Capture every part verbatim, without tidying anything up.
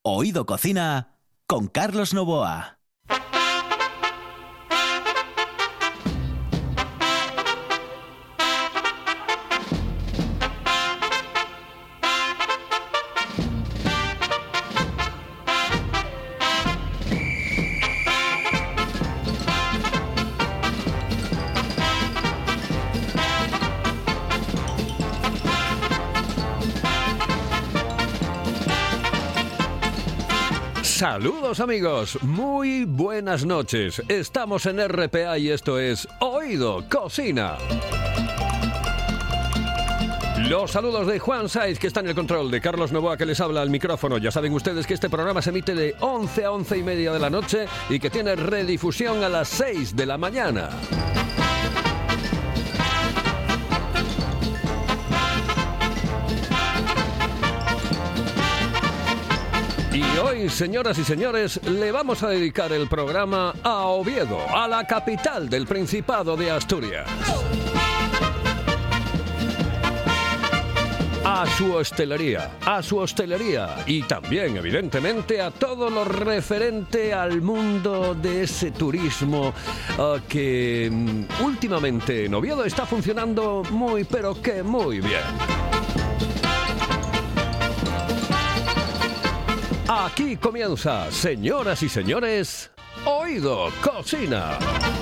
Oído Cocina con Carlos Novoa. Saludos amigos, muy buenas noches. Estamos en R P A y esto es Oído Cocina. Los saludos de Juan Saiz, que está en el control, de Carlos Novoa, que les habla al micrófono. Ya saben ustedes que este programa se emite de once a once y media de la noche y que tiene redifusión a las seis de la mañana. Y hoy, señoras y señores, le vamos a dedicar el programa a Oviedo, a la capital del Principado de Asturias. A su hostelería, a su hostelería y también, evidentemente, a todo lo referente al mundo de ese turismo uh, que um, últimamente en Oviedo está funcionando muy, pero que muy bien. Aquí comienza, señoras y señores, Oído Cocina.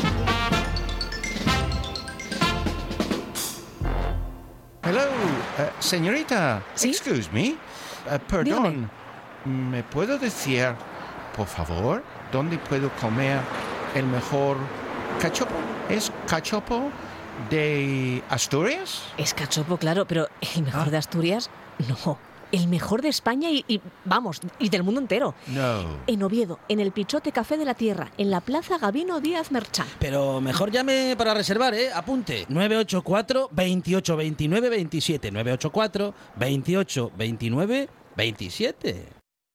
Hello, uh, señorita. ¿Sí? Excuse me. Uh, perdón. Dígame. ¿Me puedo decir, por favor, dónde puedo comer el mejor cachopo? ¿Es cachopo de Asturias? Es cachopo, claro, pero el mejor ah. de Asturias, no. El mejor de España y, y, vamos, y del mundo entero. No. En Oviedo, en el Pichote Café de la Tierra, en la Plaza Gabino Díaz Merchán. Pero mejor llame para reservar, ¿eh? Apunte. nueve ocho cuatro, veintiocho veintinueve veintisiete. nueve ocho cuatro, veintiocho veintinueve veintisiete.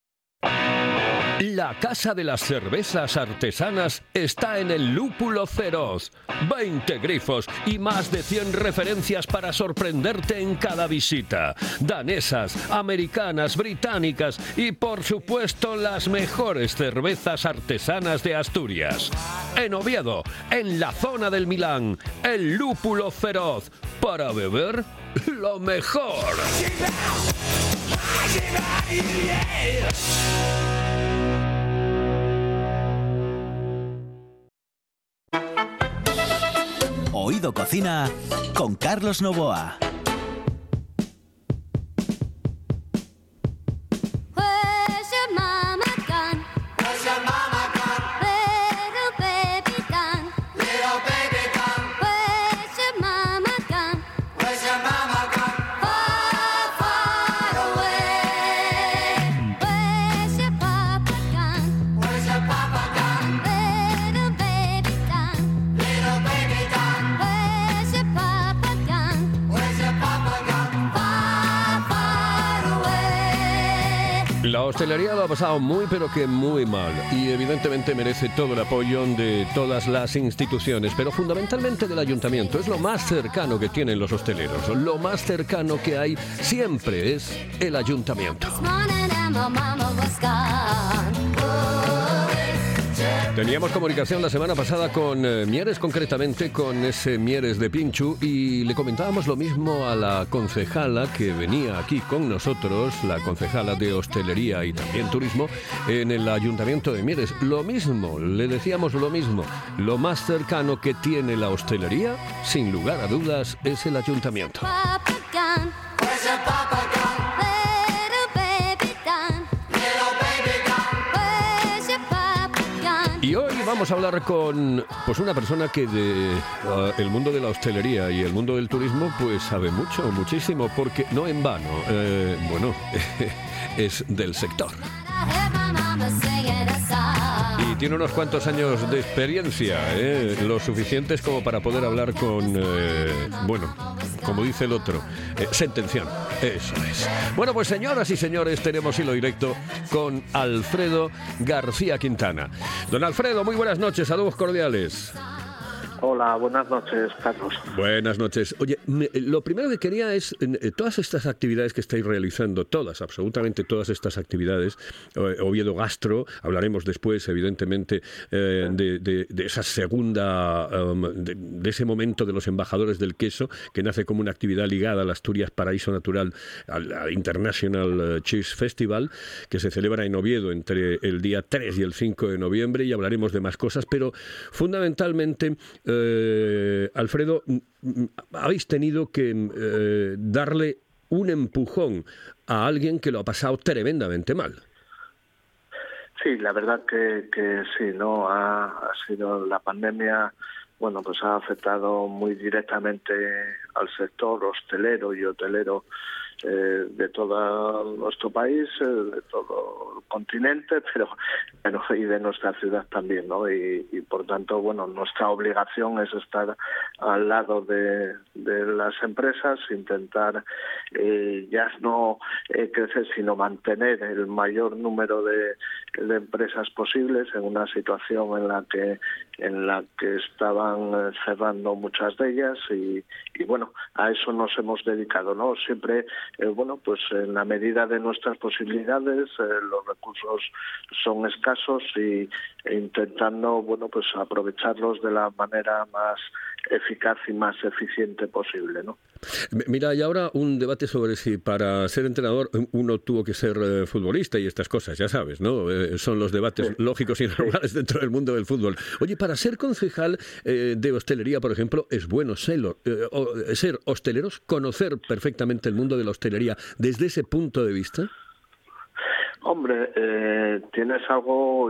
La Casa de las Cervezas Artesanas está en el Lúpulo Feroz. veinte grifos y más de cien referencias para sorprenderte en cada visita. Danesas, americanas, británicas y, por supuesto, las mejores cervezas artesanas de Asturias. En Oviedo, en la zona del Milán, el Lúpulo Feroz. Para beber lo mejor. Oído Cocina con Carlos Novoa. La hostelería lo ha pasado muy pero que muy mal y evidentemente merece todo el apoyo de todas las instituciones, pero fundamentalmente del ayuntamiento. Es lo más cercano que tienen los hosteleros, lo más cercano que hay siempre es el ayuntamiento. Teníamos comunicación la semana pasada con eh, Mieres, concretamente con ese Mieres de Pinchu, y le comentábamos lo mismo a la concejala que venía aquí con nosotros, la concejala de Hostelería y también Turismo, en el Ayuntamiento de Mieres. Lo mismo, le decíamos lo mismo. Lo más cercano que tiene la hostelería, sin lugar a dudas, es el Ayuntamiento. Y hoy vamos a hablar con pues una persona que de uh, el mundo de la hostelería y el mundo del turismo pues sabe mucho, muchísimo, porque no en vano, eh, bueno, es del sector. Y tiene unos cuantos años de experiencia, ¿eh? Lo suficientes como para poder hablar con, eh, bueno, como dice el otro, eh, sentención. Eso es. Bueno, pues señoras y señores, tenemos hilo directo con Alfredo García Quintana. Don Alfredo, muy buenas noches, saludos cordiales. Hola, buenas noches, Carlos. Buenas noches. Oye, me, lo primero que quería es, eh, todas estas actividades que estáis realizando, todas, absolutamente todas estas actividades, eh, Oviedo Gastro, hablaremos después, evidentemente, eh, de, de, de esa segunda, um, de, de ese momento de los embajadores del queso, que nace como una actividad ligada al Asturias Paraíso Natural, al, al International Cheese Festival, que se celebra en Oviedo entre el día tres y el cinco de noviembre, y hablaremos de más cosas, pero fundamentalmente... Eh, Alfredo, habéis tenido que eh, darle un empujón a alguien que lo ha pasado tremendamente mal. Sí, la verdad que, que sí, ¿no? Ha, ha sido la pandemia, bueno, pues ha afectado muy directamente al sector hostelero y hotelero eh, de todo nuestro país, eh, de todo el continente, pero bueno, y de nuestra ciudad también, ¿no? Y, y por tanto, bueno, nuestra obligación es estar al lado de, de las empresas, intentar eh, ya no eh, crecer, sino mantener el mayor número de, de empresas posibles en una situación en la que en la que estaban cerrando muchas de ellas y, y bueno, a eso nos hemos dedicado, ¿no? Siempre, eh, bueno, pues en la medida de nuestras posibilidades, eh, los recursos son escasos y e intentando, bueno, pues aprovecharlos de la manera más eficaz y más eficiente posible, ¿no? Mira, y ahora un debate sobre si para ser entrenador uno tuvo que ser eh, futbolista y estas cosas, ya sabes, ¿no? Eh, son los debates sí. lógicos y normales sí. dentro del mundo del fútbol. Oye, para ser concejal eh, de hostelería, por ejemplo, es bueno serlo, eh, o, ser hosteleros, conocer perfectamente el mundo de la hostelería desde ese punto de vista. Hombre, eh, tienes algo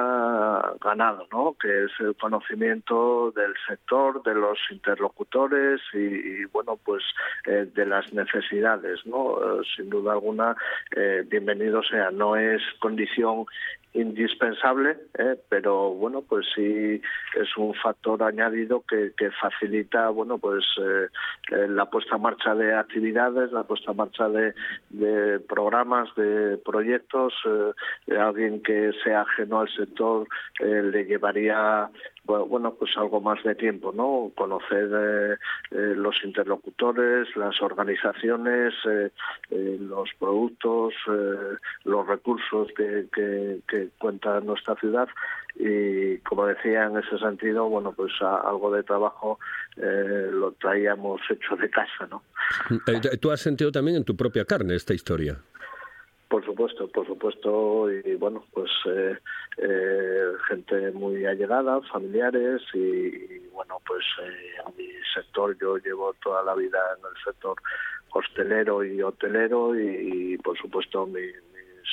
ya ganado, ¿no? Que es el conocimiento del sector, de los interlocutores y, y bueno, pues eh, de las necesidades, ¿no? Eh, sin duda alguna, eh, bienvenido sea. No es condición indispensable, eh, pero bueno, pues sí es un factor añadido que, que facilita, bueno, pues eh, eh, la puesta en marcha de actividades, la puesta en marcha de, de programas, de proyectos. Eh, de alguien que sea ajeno al sector eh, le llevaría bueno, pues algo más de tiempo, ¿no? Conocer eh, eh, los interlocutores, las organizaciones, eh, eh, los productos, eh, los recursos que, que, que cuenta nuestra ciudad y, como decía, en ese sentido, bueno, pues a, algo de trabajo eh, lo traíamos hecho de casa, ¿no? ¿Tú has sentido también en tu propia carne esta historia? Por supuesto, por supuesto, y bueno, pues eh, eh, gente muy allegada, familiares y, y bueno, pues eh, en mi sector yo llevo toda la vida en el sector hostelero y hotelero y, y por supuesto mi, mis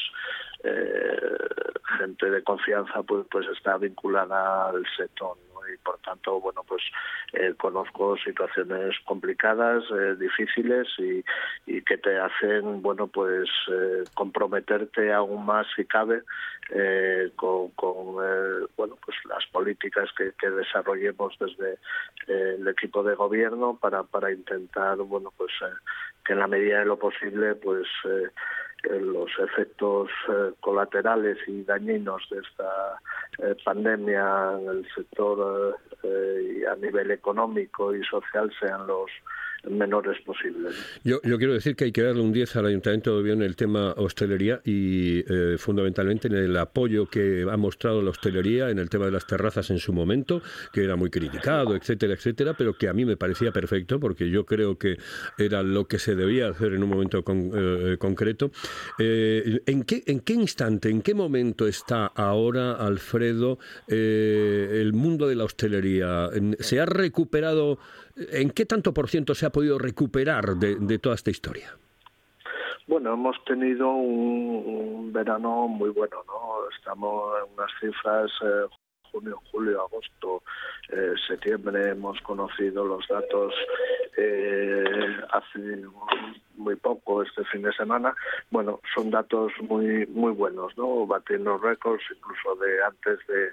eh, gente de confianza pues pues está vinculada al sector, ¿no? Y por tanto, bueno, pues eh, conozco situaciones complicadas, eh, difíciles y, y que te hacen, bueno, pues eh, comprometerte aún más si cabe eh, con, con eh, bueno, pues las políticas que, que desarrollemos desde eh, el equipo de gobierno para para intentar, bueno, pues eh, que en la medida de lo posible, pues eh, los efectos eh, colaterales y dañinos de esta eh, pandemia en el sector eh, y a nivel económico y social sean los menores posibles. Yo, yo quiero decir que hay que darle un diez al Ayuntamiento de Oviedo en el tema hostelería y eh, fundamentalmente en el apoyo que ha mostrado la hostelería en el tema de las terrazas en su momento, que era muy criticado, etcétera, etcétera, pero que a mí me parecía perfecto porque yo creo que era lo que se debía hacer en un momento con, eh, concreto. Eh, ¿en qué, en qué instante, en qué momento está ahora, Alfredo, eh, el mundo de la hostelería? ¿Se ha recuperado? ¿En qué tanto por ciento se ha podido recuperar de, de toda esta historia? Bueno, hemos tenido un, un verano muy bueno, ¿no? Estamos en unas cifras, eh, junio, julio, agosto, eh, septiembre, hemos conocido los datos eh, hace muy poco este fin de semana, bueno, son datos muy muy buenos, ¿no? Batiendo récords incluso de antes de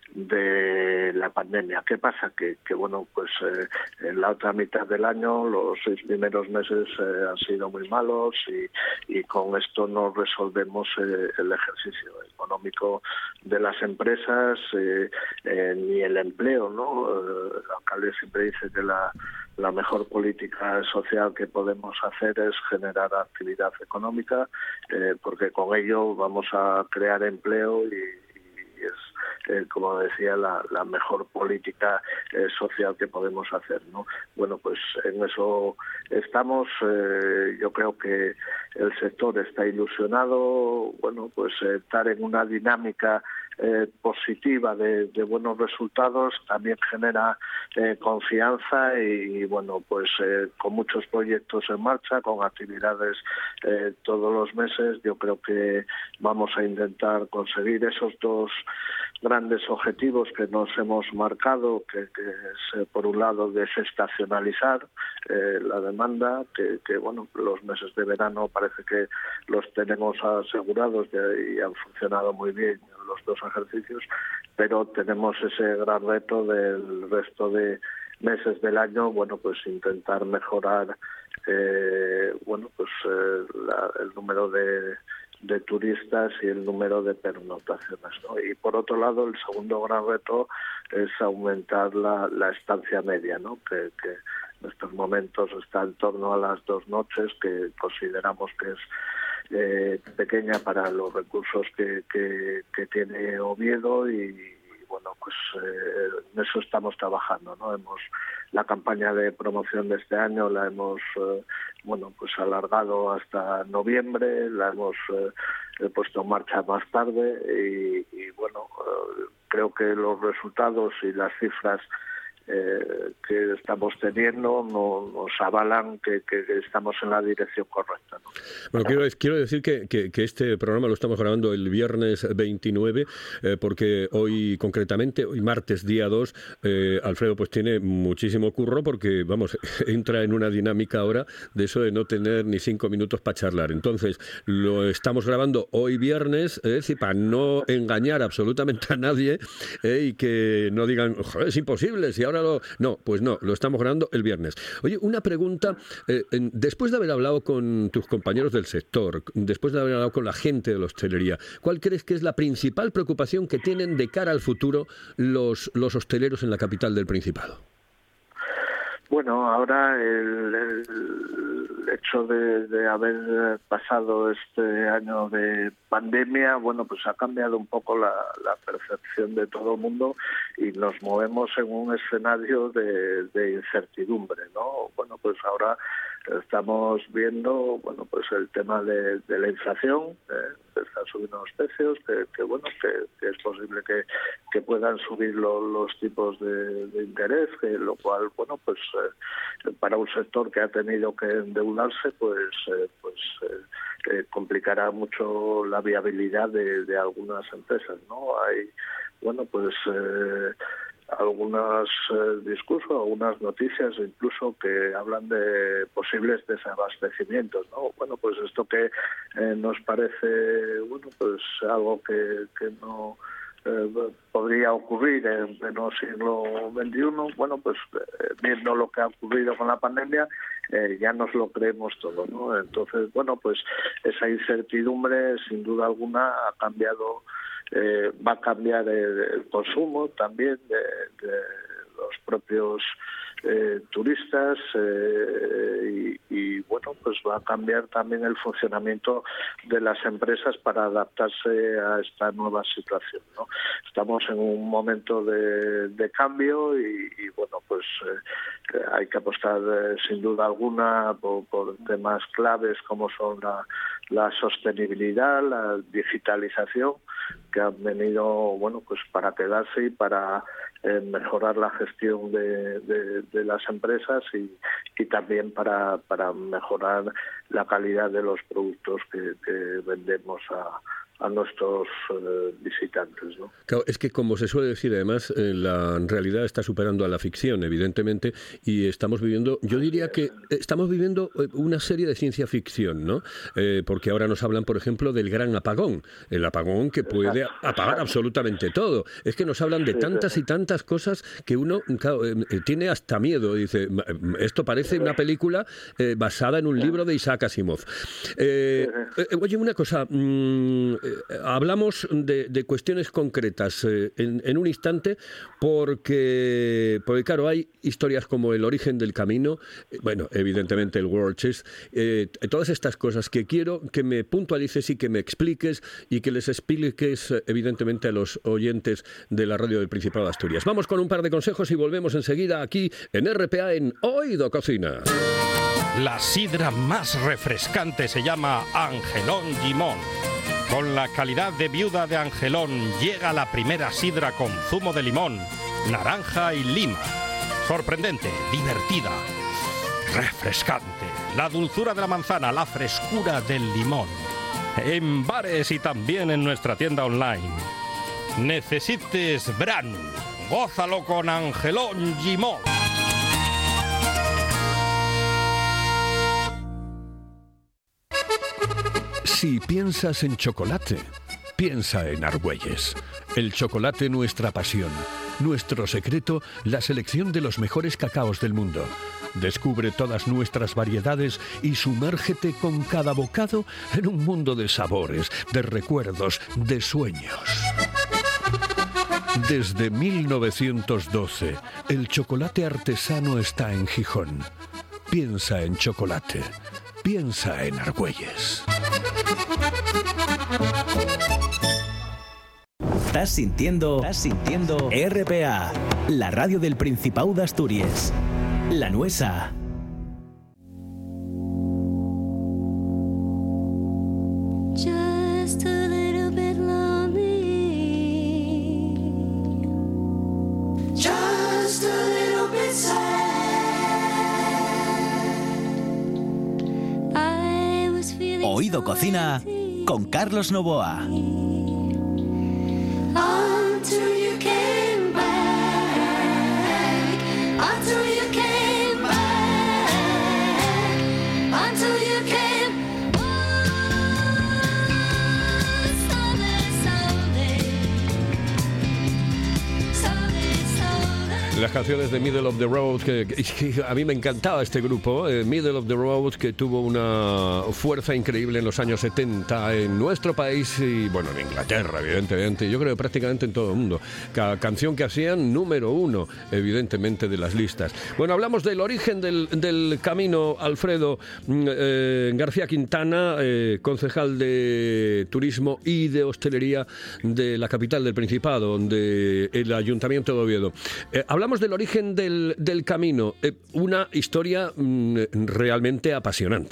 de la pandemia. ¿Qué pasa? Que, que bueno, pues eh, en la otra mitad del año, los seis primeros meses eh, han sido muy malos y, y con esto no resolvemos eh, el ejercicio económico de las empresas eh, eh, ni el empleo, ¿no? Eh, el alcalde siempre dice que la la mejor política social que podemos hacer es generar actividad económica, eh, porque con ello vamos a crear empleo y, y es, eh, como decía, la, la mejor política eh, social que podemos hacer, ¿no? Bueno, pues en eso estamos. Eh, yo creo que el sector está ilusionado. Bueno, pues eh, estar en una dinámica Eh, positiva de, de buenos resultados también genera eh, confianza y, y bueno, pues eh, con muchos proyectos en marcha, con actividades eh, todos los meses, yo creo que vamos a intentar conseguir esos dos grandes objetivos que nos hemos marcado, que, que es eh, por un lado desestacionalizar eh, la demanda, que, que bueno, los meses de verano parece que los tenemos asegurados y, y han funcionado muy bien los dos ejercicios, pero tenemos ese gran reto del resto de meses del año, bueno, pues intentar mejorar eh, bueno, pues eh, la, el número de, de turistas y el número de pernoctaciones, ¿no? Y por otro lado, el segundo gran reto es aumentar la, la estancia media, ¿no? Que, que en estos momentos está en torno a las dos noches, que consideramos que es Eh, pequeña para los recursos que, que, que tiene Oviedo y, y bueno, pues eh, en eso estamos trabajando, ¿no? Hemos la campaña de promoción de este año la hemos eh, bueno, pues alargado hasta noviembre, la hemos eh, puesto en marcha más tarde y, y bueno, eh, creo que los resultados y las cifras Eh, que estamos teniendo no, nos avalan que, que estamos en la dirección correcta, ¿no? Bueno, quiero, quiero decir que, que, que este programa lo estamos grabando el viernes veintinueve, eh, porque hoy concretamente, hoy martes día dos, eh, Alfredo pues tiene muchísimo curro porque, vamos, entra en una dinámica ahora de eso de no tener ni cinco minutos para charlar. Entonces, lo estamos grabando hoy viernes, es decir, para no engañar absolutamente a nadie eh, y que no digan, joder, es imposible, si ahora lo... No, pues no, lo estamos grabando el viernes. Oye, una pregunta, eh, en, después de haber hablado con tus compañeros del sector, después de haber hablado con la gente de la hostelería, ¿cuál crees que es la principal preocupación que tienen de cara al futuro los, los hosteleros en la capital del Principado? Bueno, ahora el, el hecho de, de haber pasado este año de pandemia, bueno, pues ha cambiado un poco la, la percepción de todo el mundo y nos movemos en un escenario de, de incertidumbre, ¿no? Bueno, pues ahora estamos viendo, bueno, pues el tema de, de la inflación, eh, que están subiendo los precios, que, que bueno, que, que es posible que, que puedan subir lo, los tipos de, de interés, que lo cual, bueno, pues eh, para un sector que ha tenido que endeudarse, pues, eh, pues eh, eh, complicará mucho la viabilidad de, de algunas empresas, ¿no? Hay, bueno, pues eh, algunos eh, discursos, algunas noticias incluso que hablan de posibles desabastecimientos, ¿no? Bueno, pues esto que eh, nos parece, bueno, pues algo que, que no eh, podría ocurrir en pleno siglo veintiuno, bueno, pues eh, viendo lo que ha ocurrido con la pandemia, eh, ya nos lo creemos todo, ¿no? Entonces, bueno, pues esa incertidumbre, sin duda alguna, ha cambiado. Eh, va a cambiar el, el consumo también de, de los propios eh, turistas eh, y, y bueno, pues va a cambiar también el funcionamiento de las empresas para adaptarse a esta nueva situación, ¿no? Estamos en un momento de, de cambio y, y bueno, pues eh, hay que apostar eh, sin duda alguna por, por temas claves como son la, la sostenibilidad, la digitalización, que han venido, bueno, pues para quedarse y para eh, mejorar la gestión de, de, de las empresas y, y también para, para mejorar la calidad de los productos que, que vendemos a, a nuestros eh, visitantes, ¿no? Claro, es que como se suele decir, además, eh, la realidad está superando a la ficción, evidentemente, y estamos viviendo, yo diría que estamos viviendo una serie de ciencia ficción, ¿no? Eh, porque ahora nos hablan, por ejemplo, del gran apagón, el apagón que puede apagar absolutamente todo. Es que nos hablan de tantas y tantas cosas que uno, claro, eh, tiene hasta miedo. Dice, esto parece una película eh, basada en un libro de Isaac Asimov. Eh, eh, oye, una cosa, mmm, hablamos de, de cuestiones concretas eh, en, en un instante porque, porque, claro, hay historias como el origen del camino, eh, bueno, evidentemente el World Chess, eh, todas estas cosas que quiero que me puntualices y que me expliques y que les expliques, eh, evidentemente, a los oyentes de la radio del Principado de Asturias. Vamos con un par de consejos y volvemos enseguida aquí en R P A en Oído Cocina. La sidra más refrescante se llama Angelón Gimón. Con la calidad de viuda de Angelón llega la primera sidra con zumo de limón, naranja y lima. Sorprendente, divertida, refrescante. La dulzura de la manzana, la frescura del limón. En bares y también en nuestra tienda online. Necesites Bran, gózalo con Angelón Gimón. Si piensas en chocolate, piensa en Argüelles. El chocolate, nuestra pasión. Nuestro secreto, la selección de los mejores cacaos del mundo. Descubre todas nuestras variedades y sumérgete con cada bocado en un mundo de sabores, de recuerdos, de sueños. Desde mil novecientos doce, el chocolate artesano está en Gijón. Piensa en chocolate. Piensa en Argüelles. Estás sintiendo, estás sintiendo R P A, la radio del Principado de Asturias. La Nuesa. Just a little bit lonely. Just a little bit sad. I was feeling Oído Cocina con Carlos Novoa. until you came back. Until you came back. Until you came. Oh, someday, someday. Someday, someday. Las canciones de Middle of the Road, que, que a mí me encantaba este grupo, eh, Middle of the Road, que tuvo una fuerza increíble en los años setenta en nuestro país y, bueno, en Inglaterra, evidentemente, yo creo que prácticamente en todo el mundo. Cada canción que hacían, número uno, evidentemente, de las listas. Bueno, hablamos del origen del, del camino, Alfredo eh, García Quintana, eh, concejal de Turismo y de Hostelería de la capital del Principado, del Ayuntamiento de Oviedo. Eh, hablamos del origen del, del camino, eh, una historia mm, realmente apasionante.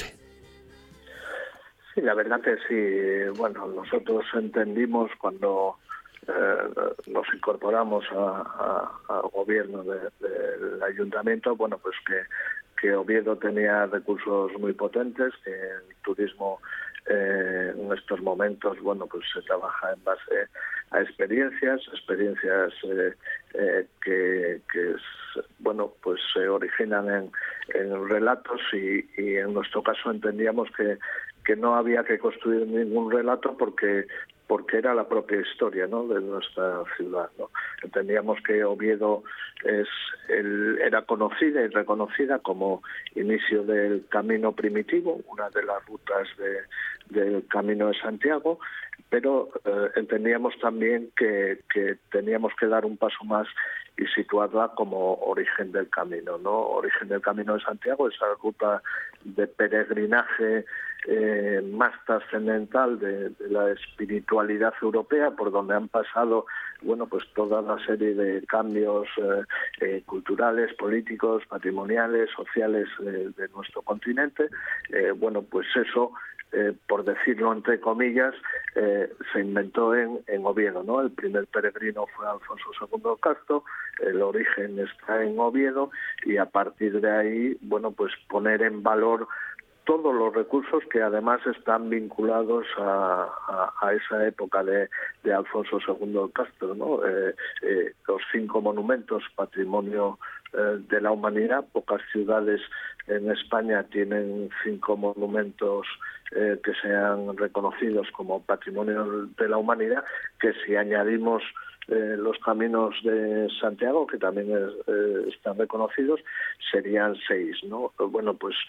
Sí, la verdad que sí. Bueno, nosotros entendimos cuando eh, nos incorporamos al gobierno de, de, del ayuntamiento, bueno, pues que, que Oviedo tenía recursos muy potentes, que el turismo eh, en estos momentos, bueno, pues se trabaja en base a experiencias, experiencias eh, eh, que, que es, bueno, pues se originan en, en relatos y, y en nuestro caso entendíamos que que no había que construir ningún relato porque porque era la propia historia, ¿no?, de nuestra ciudad, ¿no? Entendíamos que Oviedo es el, era conocida y reconocida como inicio del camino primitivo, una de las rutas de, del Camino de Santiago, pero eh, entendíamos también que, que teníamos que dar un paso más y situarla como origen del camino, ¿no? Origen del Camino de Santiago, esa ruta de peregrinaje eh, más trascendental de, de la espiritualidad europea, por donde han pasado, bueno, pues toda una serie de cambios eh, eh, culturales, políticos, patrimoniales, sociales eh, de nuestro continente. Eh, bueno, pues eso, Eh, por decirlo entre comillas, eh, se inventó en, en Oviedo, ¿no? El primer peregrino fue Alfonso segundo Castro, el origen está en Oviedo y a partir de ahí, bueno, pues poner en valor todos los recursos que además están vinculados a, a, a esa época de, de Alfonso segundo el Castro, ¿no? Eh, eh, los cinco monumentos, patrimonio eh, de la humanidad. Pocas ciudades en España tienen cinco monumentos eh, que sean reconocidos como patrimonio de la humanidad, que si añadimos Eh, los caminos de Santiago, que también es, eh, están reconocidos, serían seis, ¿no? Bueno, pues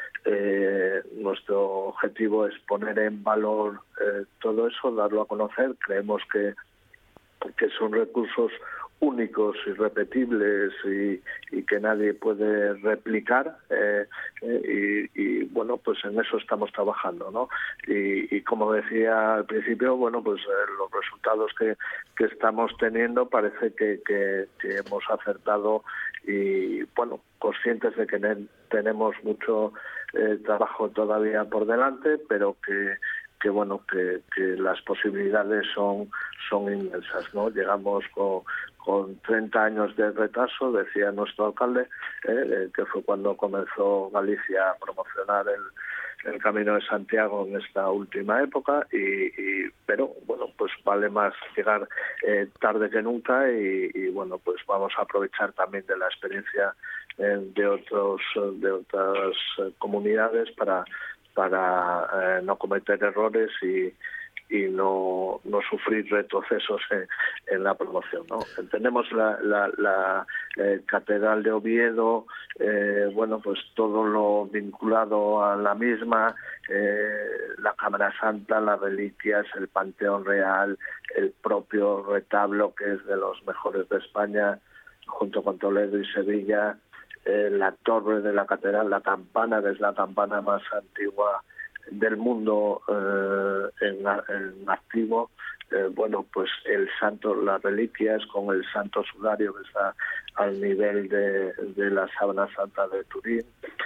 eh, nuestro objetivo es poner en valor eh, todo eso, darlo a conocer. Creemos que, que son recursos únicos, irrepetibles y, y que nadie puede replicar eh, eh, y, y bueno, pues en eso estamos trabajando, ¿no? Y, y como decía al principio, bueno, pues eh, los resultados que, que estamos teniendo parece que, que, que hemos acertado y bueno, conscientes de que ne- tenemos mucho eh, trabajo todavía por delante, pero que que bueno que, que las posibilidades son son inmensas, ¿no? Llegamos con, con treinta años de retraso, decía nuestro alcalde, eh, que fue cuando comenzó Galicia a promocionar el, el Camino de Santiago en esta última época, y, y pero bueno, pues vale más llegar eh, tarde que nunca, y, y bueno, pues vamos a aprovechar también de la experiencia eh, de otros de otras eh, comunidades para para eh, no cometer errores y, y no, no sufrir retrocesos en, en la promoción, ¿no? Tenemos la, la, la eh, Catedral de Oviedo, eh, bueno, pues todo lo vinculado a la misma, eh, la Cámara Santa, las reliquias, el Panteón Real, el propio retablo, que es de los mejores de España, junto con Toledo y Sevilla, Eh, la torre de la catedral, la campana, que es la campana más antigua del mundo eh, en, en activo, eh, bueno, pues el santo, las reliquias con el santo sudario que está al nivel de, de la sábana santa de Turín,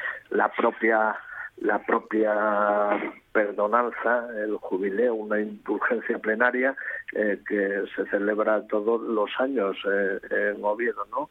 la propia la propia perdonanza, el jubileo, una indulgencia plenaria eh, que se celebra todos los años eh, en Oviedo, ¿no?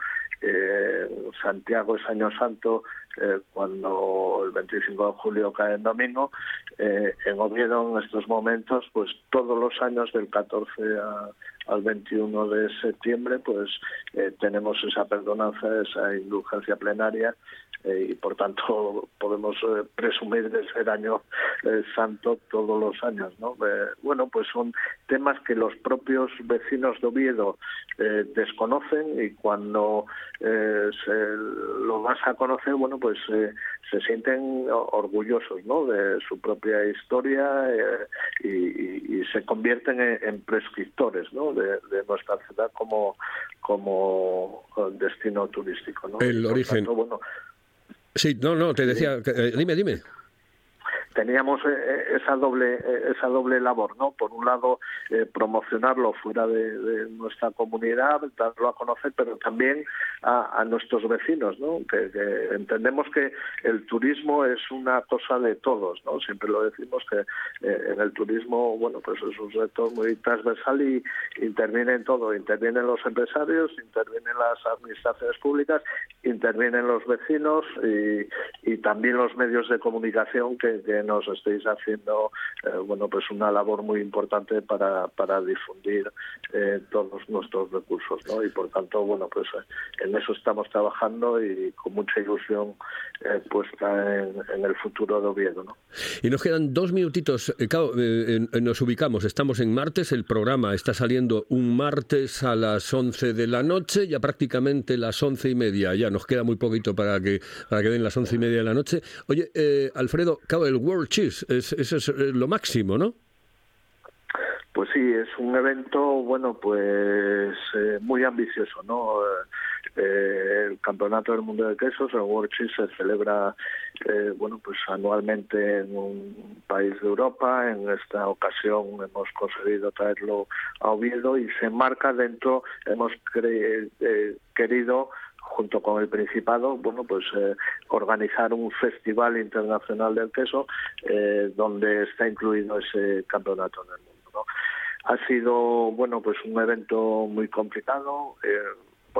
Eh, Santiago es Año Santo eh, cuando el veinticinco de julio cae en domingo. Eh, en Oviedo en estos momentos, pues todos los años del catorce a, al veintiuno de septiembre, pues eh, tenemos esa perdonanza, esa indulgencia plenaria, eh, y por tanto podemos eh, presumir de ser año eh, santo todos los años, ¿no? Eh, bueno, pues son temas que los propios vecinos de Oviedo eh, desconocen, y cuando eh, se lo vas a conocer, bueno, pues eh, se sienten orgullosos, ¿no?, de su propia historia eh, y, y, y se convierten en, en prescriptores, ¿no?, de, de nuestra ciudad como como destino turístico, ¿no? El Por origen. tanto, bueno, Sí, no, no, te decía, que, eh, dime, dime. teníamos eh, esa doble eh, esa doble labor, ¿no? Por un lado, eh, promocionarlo fuera de, de nuestra comunidad, darlo a conocer, pero también a, a nuestros vecinos, ¿no? Que, que entendemos que el turismo es una cosa de todos, ¿no? Siempre lo decimos que eh, en el turismo, bueno, pues es un sector muy transversal y interviene en todo. Intervienen los empresarios, intervienen las administraciones públicas, intervienen los vecinos y, y también los medios de comunicación que, que nos estáis haciendo eh, bueno, pues una labor muy importante para, para difundir eh, todos nuestros recursos, ¿no? Y por tanto, bueno, pues eh, en eso estamos trabajando y con mucha ilusión eh, puesta en, en el futuro de Oviedo, ¿no? Y nos quedan dos minutitos. Eh, claro, eh, eh, nos ubicamos, estamos en martes, el programa está saliendo un martes a las once de la noche, ya prácticamente las once y media, ya nos queda muy poquito para que para que den las once y media de la noche. Oye, eh, Alfredo, claro, el World Cheese, es, eso es lo máximo, ¿no? Pues sí, es un evento, bueno, pues eh, muy ambicioso, ¿no? Eh, el Campeonato del Mundo de Quesos, el World Cheese, se celebra, eh, bueno, pues anualmente en un país de Europa. En esta ocasión hemos conseguido traerlo a Oviedo y se enmarca dentro, hemos cre- eh, querido, junto con el Principado, bueno, pues eh, organizar un festival internacional del queso eh, donde está incluido ese campeonato en el mundo, ¿no? Ha sido, bueno, pues un evento muy complicado, eh, bueno,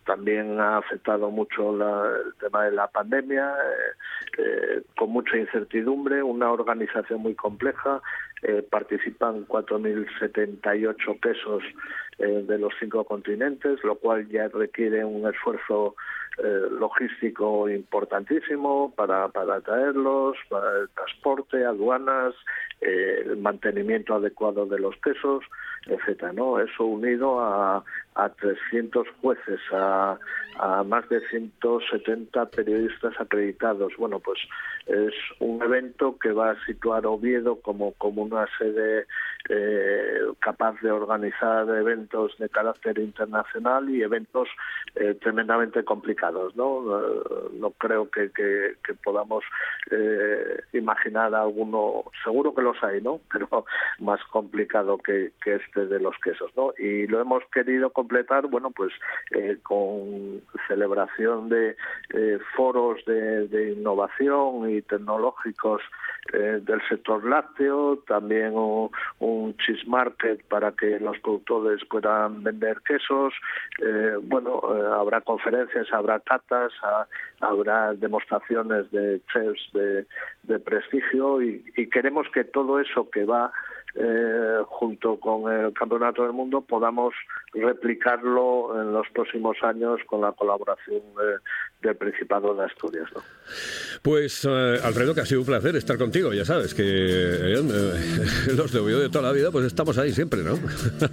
también ha afectado mucho la, el tema de la pandemia, eh, eh, con mucha incertidumbre, una organización muy compleja. Eh, participan cuatro mil setenta y ocho quesos eh, de los cinco continentes, lo cual ya requiere un esfuerzo eh, logístico importantísimo para, para traerlos, para el transporte, aduanas, eh, el mantenimiento adecuado de los quesos, etcétera, ¿no? Eso unido a, a trescientos jueces, a, a más de ciento setenta periodistas acreditados. Bueno, pues es un evento que va a situar Oviedo como, como una sede eh, capaz de organizar eventos de carácter internacional y eventos eh, tremendamente complicados, ¿no? No, no creo que, que, que podamos eh, imaginar alguno, seguro que los hay, ¿no? Pero más complicado que, que este de los quesos, ¿no? Y lo hemos querido completar, bueno, pues eh, con celebración de eh, foros de, de innovación y tecnológicos eh, del sector lácteo, también un, un cheese market para que los productores puedan vender quesos, eh, bueno, eh, habrá conferencias, habrá catas, a, habrá demostraciones de chefs de, de prestigio y, y queremos que todo eso que va Eh, junto con el Campeonato del Mundo podamos replicarlo en los próximos años con la colaboración de, del Principado de Asturias, ¿no? Pues eh, Alfredo, que ha sido un placer estar contigo, ya sabes que eh, eh, los de Oviedo de toda la vida pues estamos ahí siempre, ¿no?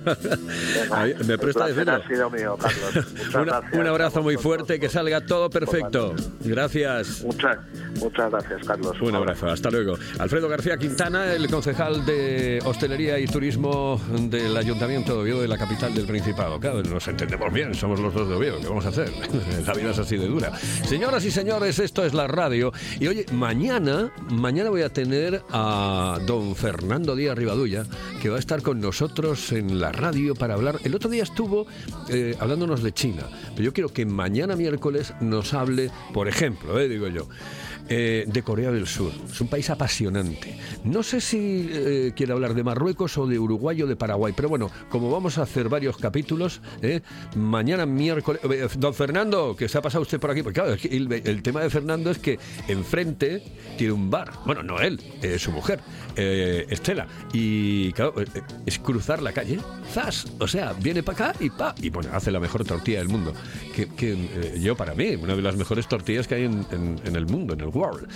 Venga, Ahí, me presta el placer decirlo. ha sido mío, Carlos. Muchas Una- gracias un abrazo a muy vosotros fuerte, que por- salga todo por perfecto. la- Gracias. Muchas, muchas gracias, Carlos. Un abrazo, hasta luego. Alfredo García Quintana, el concejal de Hostelería y Turismo del Ayuntamiento de Oviedo, de la capital del Principado. Claro, nos entendemos bien, somos los dos de Oviedo, ¿qué vamos a hacer? La vida es así de dura. Señoras y señores, esto es la radio. Y oye, mañana, mañana voy a tener a don Fernando Díaz Rivadulla, que va a estar con nosotros en la radio para hablar. El otro día estuvo eh, hablándonos de China, pero yo quiero que mañana miércoles nos hable, por ejemplo, eh, digo yo, Eh, de Corea del Sur. Es un país apasionante. No sé si eh, quiere hablar de Marruecos o de Uruguay o de Paraguay, pero bueno, como vamos a hacer varios capítulos, eh, mañana miércoles... eh, don Fernando, que se ha pasado usted por aquí, porque claro, es que el, el tema de Fernando es que enfrente tiene un bar. Bueno, no él, eh, su mujer, eh, Estela. Y claro, eh, es cruzar la calle, ¡zas! O sea, viene para acá y pa, y bueno, hace la mejor tortilla del mundo. Que, que eh, yo, para mí, una de las mejores tortillas que hay en, en, en el mundo, en el world.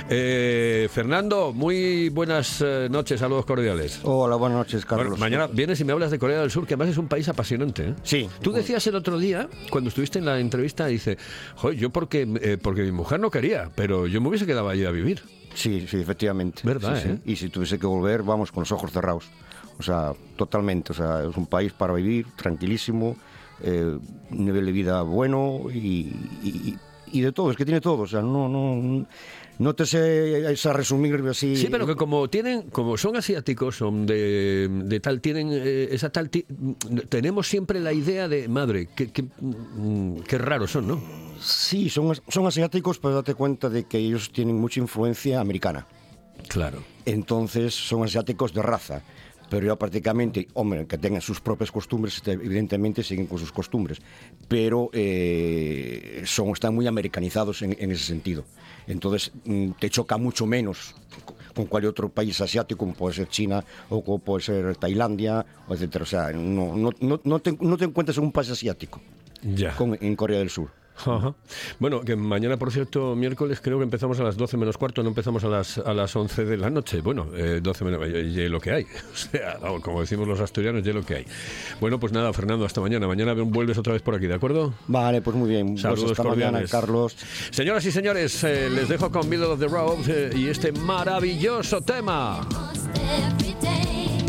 Eh, Fernando, muy buenas eh, noches, saludos cordiales. Hola, buenas noches, Carlos. Bueno, mañana vienes y me hablas de Corea del Sur, que además es un país apasionante, ¿eh? Sí. Tú decías el otro día, cuando estuviste en la entrevista, dice, joder, yo porque, eh, porque mi mujer no quería, pero yo me hubiese quedado allí a vivir. Sí, sí, efectivamente. ¿Verdad, Sí, sí. eh? Y si tuviese que volver, vamos con los ojos cerrados. O sea, totalmente. O sea, es un país para vivir, tranquilísimo, eh, un nivel de vida bueno y, y, y de todo. Es que tiene todo. O sea, no, no, no te sé esa resumir así. Sí, pero que como tienen, como son asiáticos, son de, de tal, tienen eh, esa tal, ti- tenemos siempre la idea de, madre, qué, qué, mm, qué raros son, ¿no? Sí, son, son asiáticos, pero date cuenta de que ellos tienen mucha influencia americana. Claro. Entonces son asiáticos de raza. Pero ya prácticamente, hombre, que tengan sus propias costumbres, evidentemente siguen con sus costumbres, pero eh, son, están muy americanizados en, en ese sentido. Entonces mm, te choca mucho menos con cualquier otro país asiático, como puede ser China o como puede ser Tailandia, etcétera. O sea, no, no, no, no, te, no te encuentras en un país asiático Ya. con, en Corea del Sur. Ajá. Bueno, que mañana, por cierto, miércoles, creo que empezamos a las doce menos cuarto, no empezamos a las a las once de la noche. Bueno, eh, doce menos, y lo que hay. O sea, vamos, como decimos los asturianos, ya lo que hay. Bueno, pues nada, Fernando, hasta mañana. Mañana vuelves otra vez por aquí, ¿de acuerdo? Vale, pues muy bien. Saludos Pues hasta mañana, cordiales. Carlos. Señoras y señores, eh, les dejo con Middle of the Road eh, y este maravilloso tema. Every day,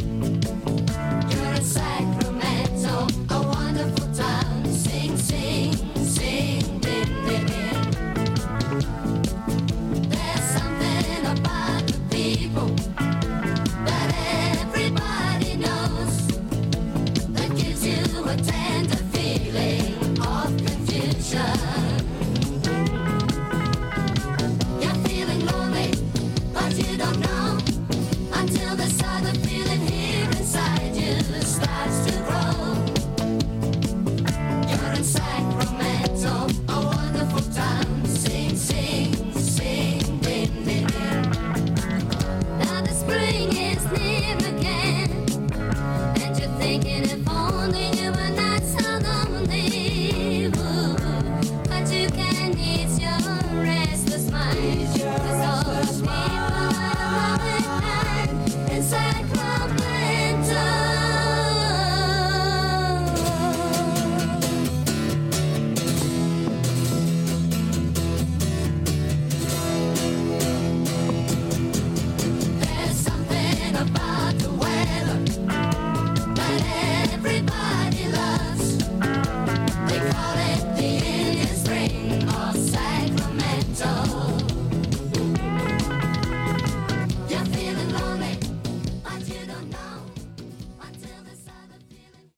you're a Sacramento, a wonderful town. Sing, sing, sing, din, din, din. There's something about the people that everybody knows that gives you a tender feeling of confusion. You're feeling lonely, but you don't know until the sun thinking